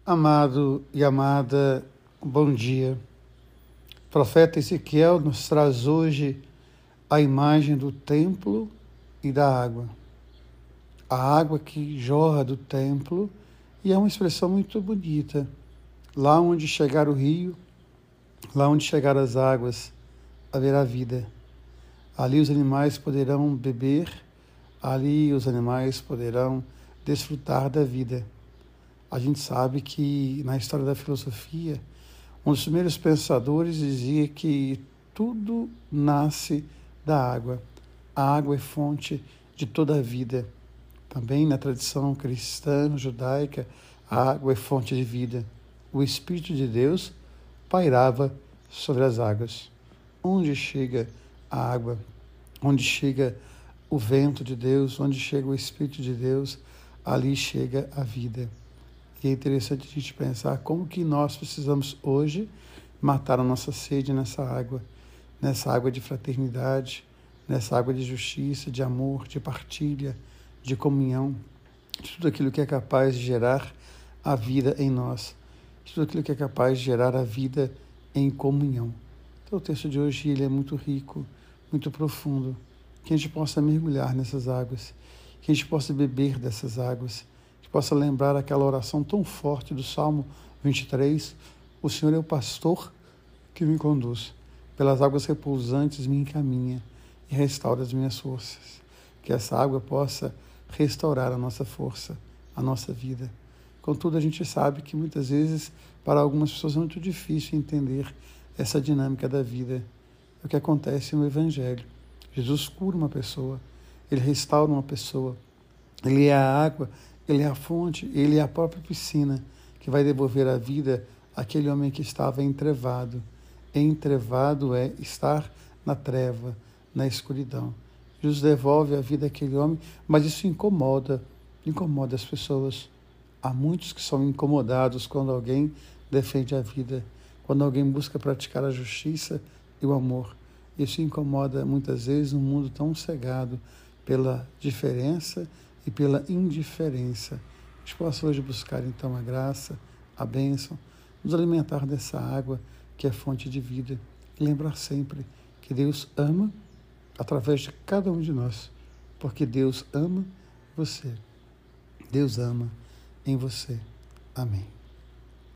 Amado e amada, bom dia. O profeta Ezequiel nos traz hoje a imagem do templo e da água. A água que jorra do templo, e é uma expressão muito bonita. Lá onde chegar o rio, lá onde chegar as águas, haverá vida. Ali os animais poderão beber, ali os animais poderão desfrutar da vida. A gente sabe que na história da filosofia, um dos primeiros pensadores dizia que tudo nasce da água. A água é fonte de toda a vida. Também na tradição cristã, judaica, a água é fonte de vida. O Espírito de Deus pairava sobre as águas. Onde chega a água, onde chega o vento de Deus, onde chega o Espírito de Deus, ali chega a vida. E é interessante a gente pensar como que nós precisamos hoje matar a nossa sede nessa água de fraternidade, nessa água de justiça, de amor, de partilha, de comunhão, de tudo aquilo que é capaz de gerar a vida em nós, de tudo aquilo que é capaz de gerar a vida em comunhão. Então o texto de hoje ele é muito rico, muito profundo, que a gente possa mergulhar nessas águas, que a gente possa beber dessas águas, possa lembrar aquela oração tão forte do Salmo 23, o Senhor é o pastor que me conduz, pelas águas repousantes me encaminha e restaura as minhas forças. Que essa água possa restaurar a nossa força, a nossa vida. Contudo, a gente sabe que muitas vezes, para algumas pessoas, é muito difícil entender essa dinâmica da vida. É o que acontece no Evangelho. Jesus cura uma pessoa, Ele restaura uma pessoa, Ele é a água, Ele é a fonte, Ele é a própria piscina que vai devolver a vida àquele homem que estava entrevado. Entrevado é estar na treva, na escuridão. Jesus devolve a vida àquele homem, mas isso incomoda as pessoas. Há muitos que são incomodados quando alguém defende a vida, quando alguém busca praticar a justiça e o amor. Isso incomoda muitas vezes um mundo tão cegado pela diferença e pela indiferença. A gente possa hoje buscar então a graça, a bênção, nos alimentar dessa água que é fonte de vida e lembrar sempre que Deus ama através de cada um de nós, porque Deus ama você. Deus ama em você. Amém.